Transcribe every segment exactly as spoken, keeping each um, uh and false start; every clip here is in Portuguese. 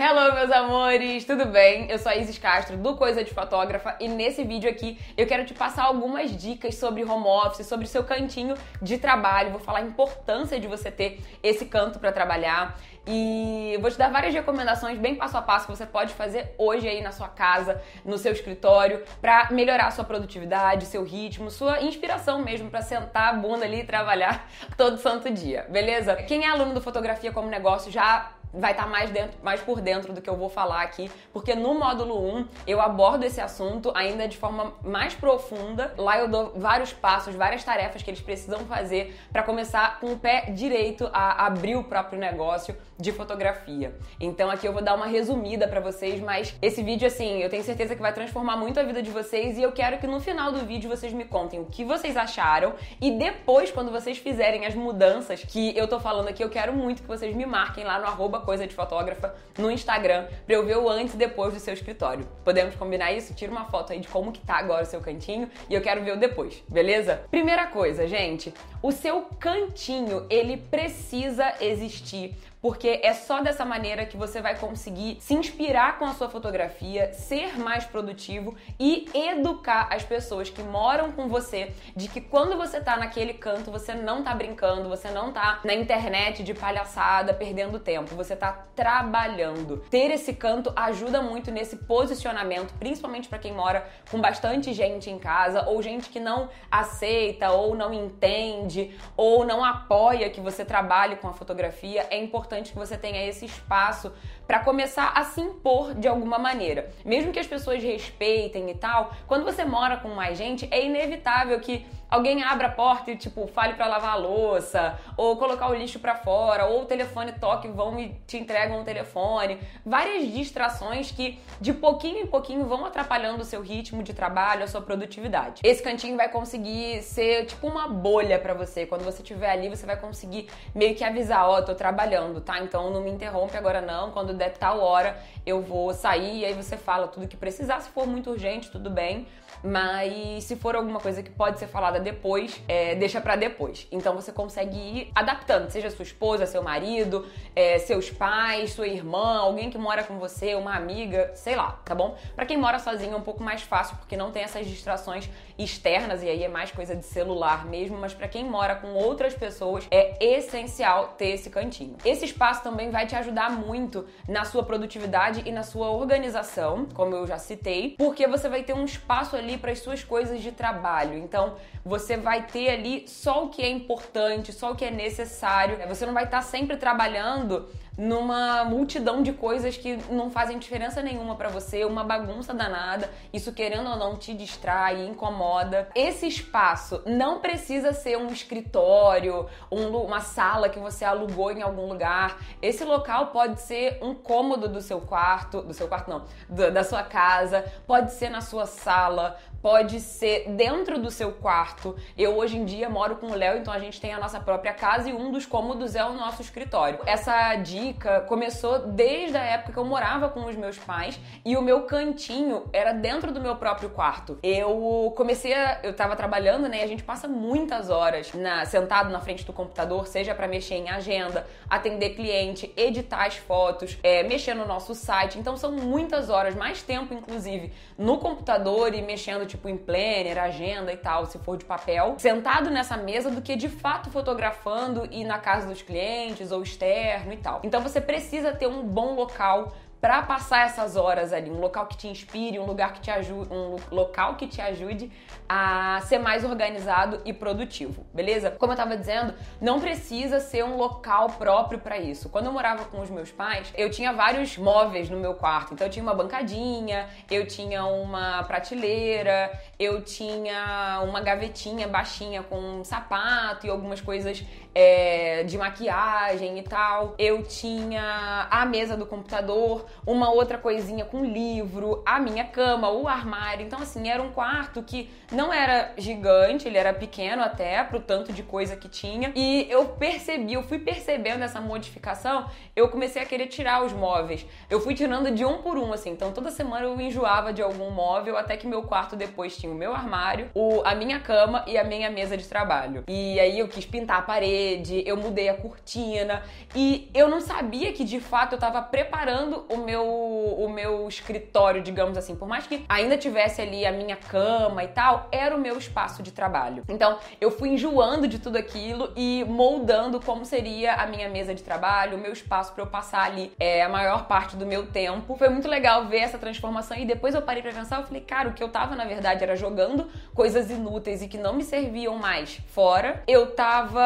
Hello, meus amores, tudo bem? Eu sou a Isis Castro, do Coisa de Fotógrafa, e nesse vídeo aqui eu quero te passar algumas dicas sobre home office, sobre o seu cantinho de trabalho. Vou falar a importância de você ter esse canto para trabalhar e vou te dar várias recomendações bem passo a passo que você pode fazer hoje aí na sua casa, no seu escritório, para melhorar a sua produtividade, seu ritmo, sua inspiração mesmo para sentar a bunda ali e trabalhar todo santo dia, beleza? Quem é aluno do Fotografia como Negócio já vai estar mais, dentro, mais por dentro do que eu vou falar aqui, porque no módulo um eu abordo esse assunto ainda de forma mais profunda. Lá eu dou vários passos, várias tarefas que eles precisam fazer para começar com o pé direito a abrir o próprio negócio de fotografia. Então aqui eu vou dar uma resumida para vocês, mas esse vídeo, assim, eu tenho certeza que vai transformar muito a vida de vocês e eu quero que no final do vídeo vocês me contem o que vocês acharam e depois, quando vocês fizerem as mudanças que eu tô falando aqui, eu quero muito que vocês me marquem lá no arroba Coisa de Fotógrafa no Instagram pra eu ver o antes e depois do seu escritório. Podemos combinar isso? Tira uma foto aí de como que tá agora o seu cantinho e eu quero ver o depois, beleza? Primeira coisa, gente, o seu cantinho, ele precisa existir, porque é só dessa maneira que você vai conseguir se inspirar com a sua fotografia, ser mais produtivo e educar as pessoas que moram com você de que quando você tá naquele canto, você não tá brincando, você não tá na internet de palhaçada, perdendo tempo, você tá trabalhando. Ter esse canto ajuda muito nesse posicionamento, principalmente para quem mora com bastante gente em casa, ou gente que não aceita, ou não entende, ou não apoia que você trabalhe com a fotografia. É importante que você tenha esse espaço para começar a se impor de alguma maneira. Mesmo que as pessoas respeitem e tal, quando você mora com mais gente, é inevitável que alguém abra a porta e, tipo, fale pra lavar a louça, ou colocar o lixo pra fora, ou o telefone toque, vão e te entregam um telefone. Várias distrações que, de pouquinho em pouquinho, vão atrapalhando o seu ritmo de trabalho, a sua produtividade. Esse cantinho vai conseguir ser, tipo, uma bolha pra você. Quando você estiver ali, você vai conseguir meio que avisar, ó, oh, tô trabalhando, tá? Então não me interrompe agora não, quando der tal hora eu vou sair, e aí você fala tudo que precisar. Se for muito urgente, tudo bem. Mas se for alguma coisa que pode ser falada depois, é, deixa pra depois. Então você consegue ir adaptando, seja sua esposa, seu marido, é, seus pais, sua irmã, alguém que mora com você, uma amiga, sei lá, tá bom? Pra quem mora sozinho é um pouco mais fácil, porque não tem essas distrações externas, e aí é mais coisa de celular mesmo, mas pra quem mora com outras pessoas, é essencial ter esse cantinho. Esse espaço também vai te ajudar muito na sua produtividade e na sua organização, como eu já citei, porque você vai ter um espaço ali para as suas coisas de trabalho. Então, você vai ter ali só o que é importante, só o que é necessário. Você não vai estar sempre trabalhando numa multidão de coisas que não fazem diferença nenhuma pra você, uma bagunça danada. Isso, querendo ou não, te distrai, incomoda. Esse espaço não precisa ser um escritório, um, uma sala que você alugou em algum lugar. Esse local pode ser um cômodo do seu quarto, do seu quarto não, do, da sua casa, pode ser na sua sala, pode ser dentro do seu quarto. Eu hoje em dia moro com o Léo, então a gente tem a nossa própria casa e um dos cômodos é o nosso escritório. Essa dica começou desde a época que eu morava com os meus pais e o meu cantinho era dentro do meu próprio quarto. Eu comecei a... eu tava trabalhando, né, e a gente passa muitas horas na, sentado na frente do computador, seja para mexer em agenda, atender cliente, editar as fotos, é, mexer no nosso site. Então são muitas horas, mais tempo inclusive, no computador e mexendo tipo em planner, agenda e tal, se for de papel, sentado nessa mesa, do que de fato fotografando e na casa dos clientes ou externo e tal. Então você precisa ter um bom local para passar essas horas ali, um local que te inspire, um lugar que te ajude, um local que te ajude a ser mais organizado e produtivo, beleza? Como eu tava dizendo, não precisa ser um local próprio para isso. Quando eu morava com os meus pais, eu tinha vários móveis no meu quarto. Então eu tinha uma bancadinha, eu tinha uma prateleira, eu tinha uma gavetinha baixinha com um sapato e algumas coisas é, de maquiagem e tal. Eu tinha a mesa do computador, uma outra coisinha com livro, a minha cama, o armário. Então, assim, era um quarto que não era gigante, ele era pequeno até, pro tanto de coisa que tinha. E eu percebi, eu fui percebendo essa modificação, eu comecei a querer tirar os móveis. Eu fui tirando de um por um, assim. Então, toda semana eu enjoava de algum móvel, até que meu quarto depois tinha o meu armário, o, a minha cama e a minha mesa de trabalho. E aí eu quis pintar a parede, parede, eu mudei a cortina e eu não sabia que de fato eu tava preparando o meu, o meu escritório, digamos assim. Por mais que ainda tivesse ali a minha cama e tal, era o meu espaço de trabalho. Então eu fui enjoando de tudo aquilo e moldando como seria a minha mesa de trabalho, o meu espaço para eu passar ali é, a maior parte do meu tempo. Foi muito legal ver essa transformação e depois eu parei pra pensar, eu falei, cara, o que eu tava na verdade era jogando coisas inúteis e que não me serviam mais fora. Eu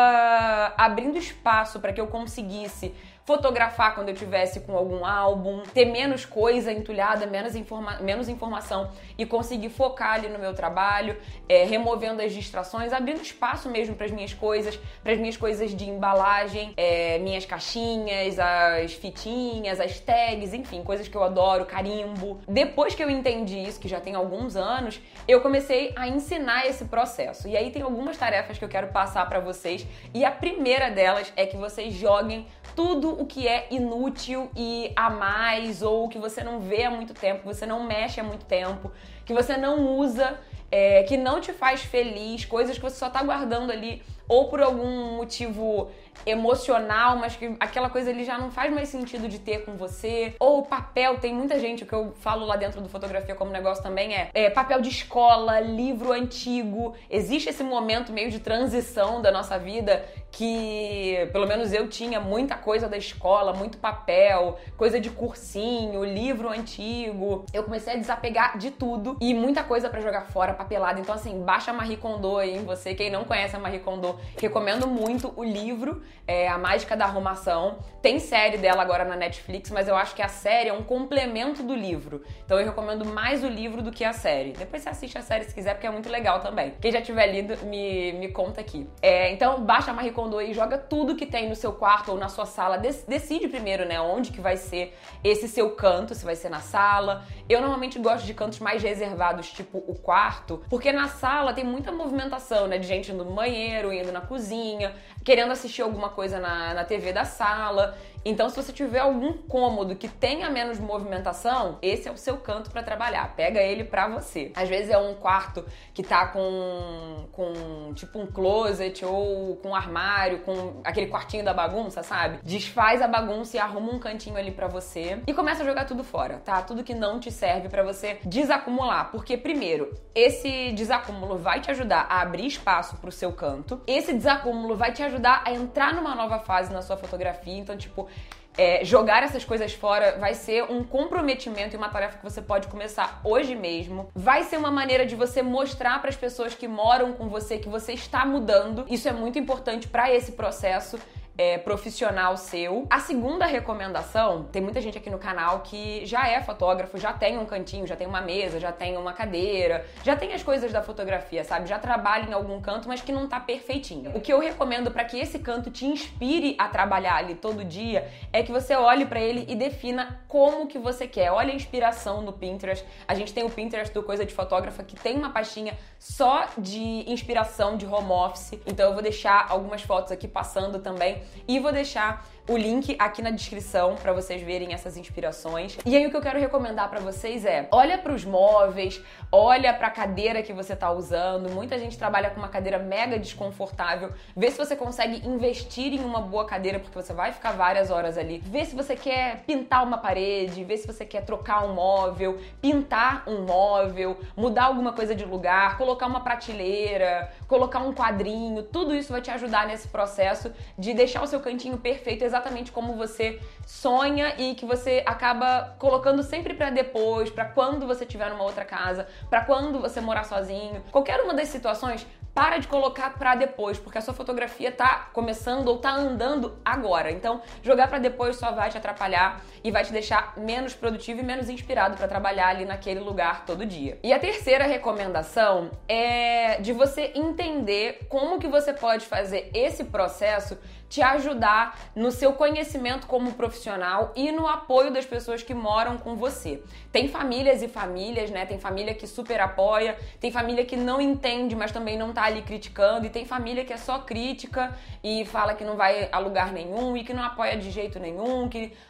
tava abrindo espaço para que eu conseguisse fotografar quando eu tivesse com algum álbum, ter menos coisa entulhada, menos, informa menos informação e conseguir focar ali no meu trabalho, é, removendo as distrações, abrindo espaço mesmo para as minhas coisas, para as minhas coisas de embalagem, é, minhas caixinhas, as fitinhas, as tags, enfim, coisas que eu adoro, carimbo. Depois que eu entendi isso, que já tem alguns anos, eu comecei a ensinar esse processo. E aí tem algumas tarefas que eu quero passar para vocês e a primeira delas é que vocês joguem tudo o que é inútil e a mais, ou que você não vê há muito tempo, que você não mexe há muito tempo, que você não usa, é, que não te faz feliz, coisas que você só tá guardando ali ou por algum motivo emocional, mas que aquela coisa ali já não faz mais sentido de ter com você. Ou papel, tem muita gente, o que eu falo lá dentro do Fotografia como Negócio também é, é papel de escola, livro antigo. Existe esse momento meio de transição da nossa vida que, pelo menos eu tinha muita coisa da escola, muito papel, coisa de cursinho, livro antigo. Eu comecei a desapegar de tudo e muita coisa pra jogar fora, papelada. Então assim, baixa a Marie Kondo aí, você, quem não conhece a Marie Kondo, recomendo muito o livro, é, A Mágica da Arrumação. Tem série dela agora na Netflix, mas eu acho que a série é um complemento do livro. Então eu recomendo mais o livro do que a série. Depois você assiste a série se quiser, porque é muito legal também. Quem já tiver lido, me, me conta aqui. É, então baixa a Marie Kondo e joga tudo que tem no seu quarto ou na sua sala. Decide primeiro, né, onde que vai ser esse seu canto, se vai ser na sala. Eu normalmente gosto de cantos mais reservados, tipo o quarto, porque na sala tem muita movimentação, né, de gente indo no banheiro, indo na cozinha, querendo assistir alguma coisa na, na T V da sala. Então, se você tiver algum cômodo que tenha menos movimentação, esse é o seu canto pra trabalhar. Pega ele pra você. Às vezes é um quarto que tá com, com tipo um closet ou com um armário, com aquele quartinho da bagunça, sabe? Desfaz a bagunça e arruma um cantinho ali pra você e começa a jogar tudo fora, tá? Tudo que não te serve pra você desacumular. Porque, primeiro, esse desacúmulo vai te ajudar a abrir espaço pro seu canto. Esse desacúmulo vai te ajudar a entrar numa nova fase na sua fotografia. Então, tipo, É, jogar essas coisas fora vai ser um comprometimento e uma tarefa que você pode começar hoje mesmo. Vai ser uma maneira de você mostrar para as pessoas que moram com você que você está mudando. Isso é muito importante para esse processo É, profissional seu. A segunda recomendação, tem muita gente aqui no canal que já é fotógrafo, já tem um cantinho, já tem uma mesa, já tem uma cadeira, já tem as coisas da fotografia, sabe? Já trabalha em algum canto, mas que não tá perfeitinho. O que eu recomendo para que esse canto te inspire a trabalhar ali todo dia é que você olhe para ele e defina como que você quer. Olha a inspiração no Pinterest. A gente tem o Pinterest do Coisa de Fotógrafa que tem uma pastinha só de inspiração de home office. Então eu vou deixar algumas fotos aqui passando também. E vou deixar o link aqui na descrição para vocês verem essas inspirações. E aí o que eu quero recomendar para vocês é: olha para os móveis, olha para a cadeira que você tá usando. Muita gente trabalha com uma cadeira mega desconfortável. Vê se você consegue investir em uma boa cadeira, porque você vai ficar várias horas ali. Vê se você quer pintar uma parede, vê se você quer trocar um móvel, pintar um móvel, mudar alguma coisa de lugar, colocar uma prateleira, colocar um quadrinho. Tudo isso vai te ajudar nesse processo de deixar o seu cantinho perfeito, exatamente como você sonha e que você acaba colocando sempre pra depois, pra quando você estiver numa outra casa, pra quando você morar sozinho. Qualquer uma das situações, para de colocar pra depois, porque a sua fotografia tá começando ou tá andando agora. Então, jogar pra depois só vai te atrapalhar e vai te deixar menos produtivo e menos inspirado pra trabalhar ali naquele lugar todo dia. E a terceira recomendação é de você entender como que você pode fazer esse processo te ajudar no seu conhecimento como profissional e no apoio das pessoas que moram com você. Tem famílias e famílias, né? Tem família que super apoia, tem família que não entende, mas também não tá ali criticando, e tem família que é só crítica e fala que não vai a lugar nenhum e que não apoia de jeito nenhum, que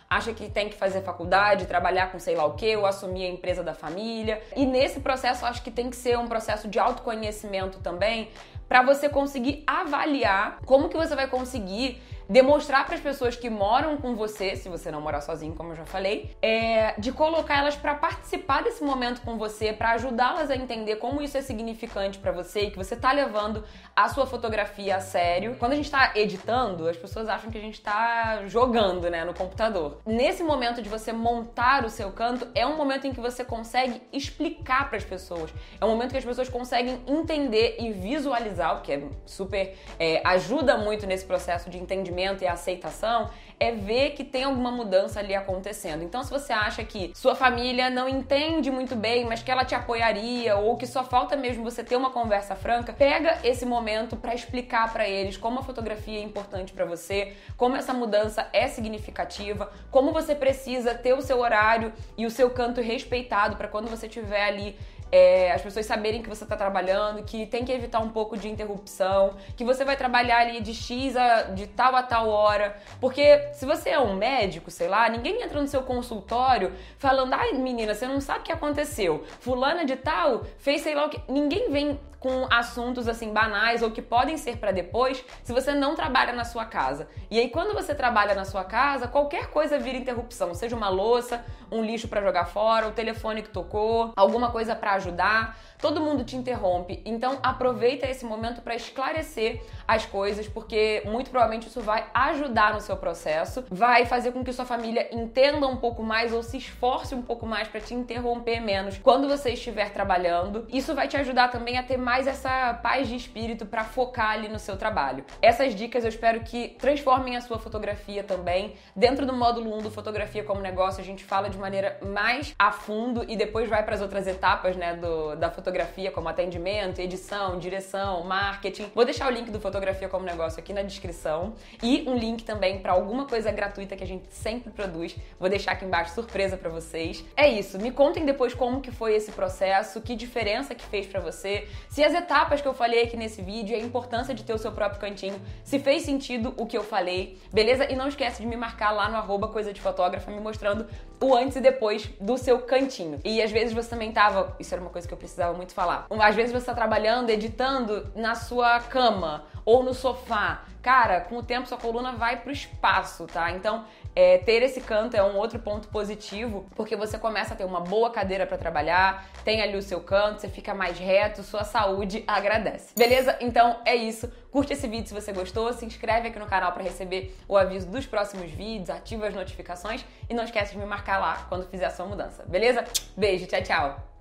acha que tem que fazer faculdade, trabalhar com sei lá o quê, ou assumir a empresa da família. E nesse processo, eu acho que tem que ser um processo de autoconhecimento também, para você conseguir avaliar como que você vai conseguir demonstrar para as pessoas que moram com você, se você não morar sozinho, como eu já falei, é, de colocar elas para participar desse momento com você, para ajudá-las a entender como isso é significante para você e que você tá levando a sua fotografia a sério. Quando a gente tá editando, as pessoas acham que a gente tá jogando, né, no computador. Nesse momento de você montar o seu canto, é um momento em que você consegue explicar para as pessoas. É um momento que as pessoas conseguem entender e visualizar, o que é super é, ajuda muito nesse processo de entendimento e aceitação, é ver que tem alguma mudança ali acontecendo. Então, se você acha que sua família não entende muito bem, mas que ela te apoiaria, ou que só falta mesmo você ter uma conversa franca, pega esse momento para explicar para eles como a fotografia é importante para você, como essa mudança é significativa, como você precisa ter o seu horário e o seu canto respeitado para quando você estiver ali É, as pessoas saberem que você está trabalhando, que tem que evitar um pouco de interrupção, que você vai trabalhar ali de X a de tal a tal hora, porque se você é um médico, sei lá, ninguém entra no seu consultório falando, ai menina, você não sabe o que aconteceu, fulana de tal fez sei lá o que, ninguém vem com assuntos assim banais ou que podem ser para depois se você não trabalha na sua casa. E aí quando você trabalha na sua casa, qualquer coisa vira interrupção, seja uma louça, um lixo para jogar fora, o telefone que tocou, alguma coisa para ajudar, todo mundo te interrompe. Então aproveita esse momento para esclarecer as coisas, porque muito provavelmente isso vai ajudar no seu processo, vai fazer com que sua família entenda um pouco mais ou se esforce um pouco mais para te interromper menos quando você estiver trabalhando. Isso vai te ajudar também a ter mais essa paz de espírito para focar ali no seu trabalho. Essas dicas eu espero que transformem a sua fotografia também. Dentro do módulo um do Fotografia como Negócio, a gente fala de maneira mais a fundo e depois vai para as outras etapas, né, do, da fotografia, como atendimento, edição, direção, marketing. Vou deixar o link do Fotografia como Negócio aqui na descrição e um link também para alguma coisa gratuita que a gente sempre produz. Vou deixar aqui embaixo surpresa para vocês. É isso, me contem depois como que foi esse processo, que diferença que fez para você, se as etapas que eu falei aqui nesse vídeo, a importância de ter o seu próprio cantinho, se fez sentido o que eu falei, beleza? E não esquece de me marcar lá no arroba coisa de fotógrafa, me mostrando o antes e depois do seu cantinho. E às vezes você também tava, isso era uma coisa que eu precisava muito falar, às vezes você tá trabalhando, editando na sua cama ou no sofá. Cara, com o tempo sua coluna vai pro espaço, tá? Então, é, ter esse canto é um outro ponto positivo, porque você começa a ter uma boa cadeira para trabalhar, tem ali o seu canto, você fica mais reto, sua saúde agradece. Beleza? Então é isso. Curte esse vídeo se você gostou, se inscreve aqui no canal para receber o aviso dos próximos vídeos, ativa as notificações e não esquece de me marcar lá quando fizer a sua mudança. Beleza? Beijo, tchau, tchau!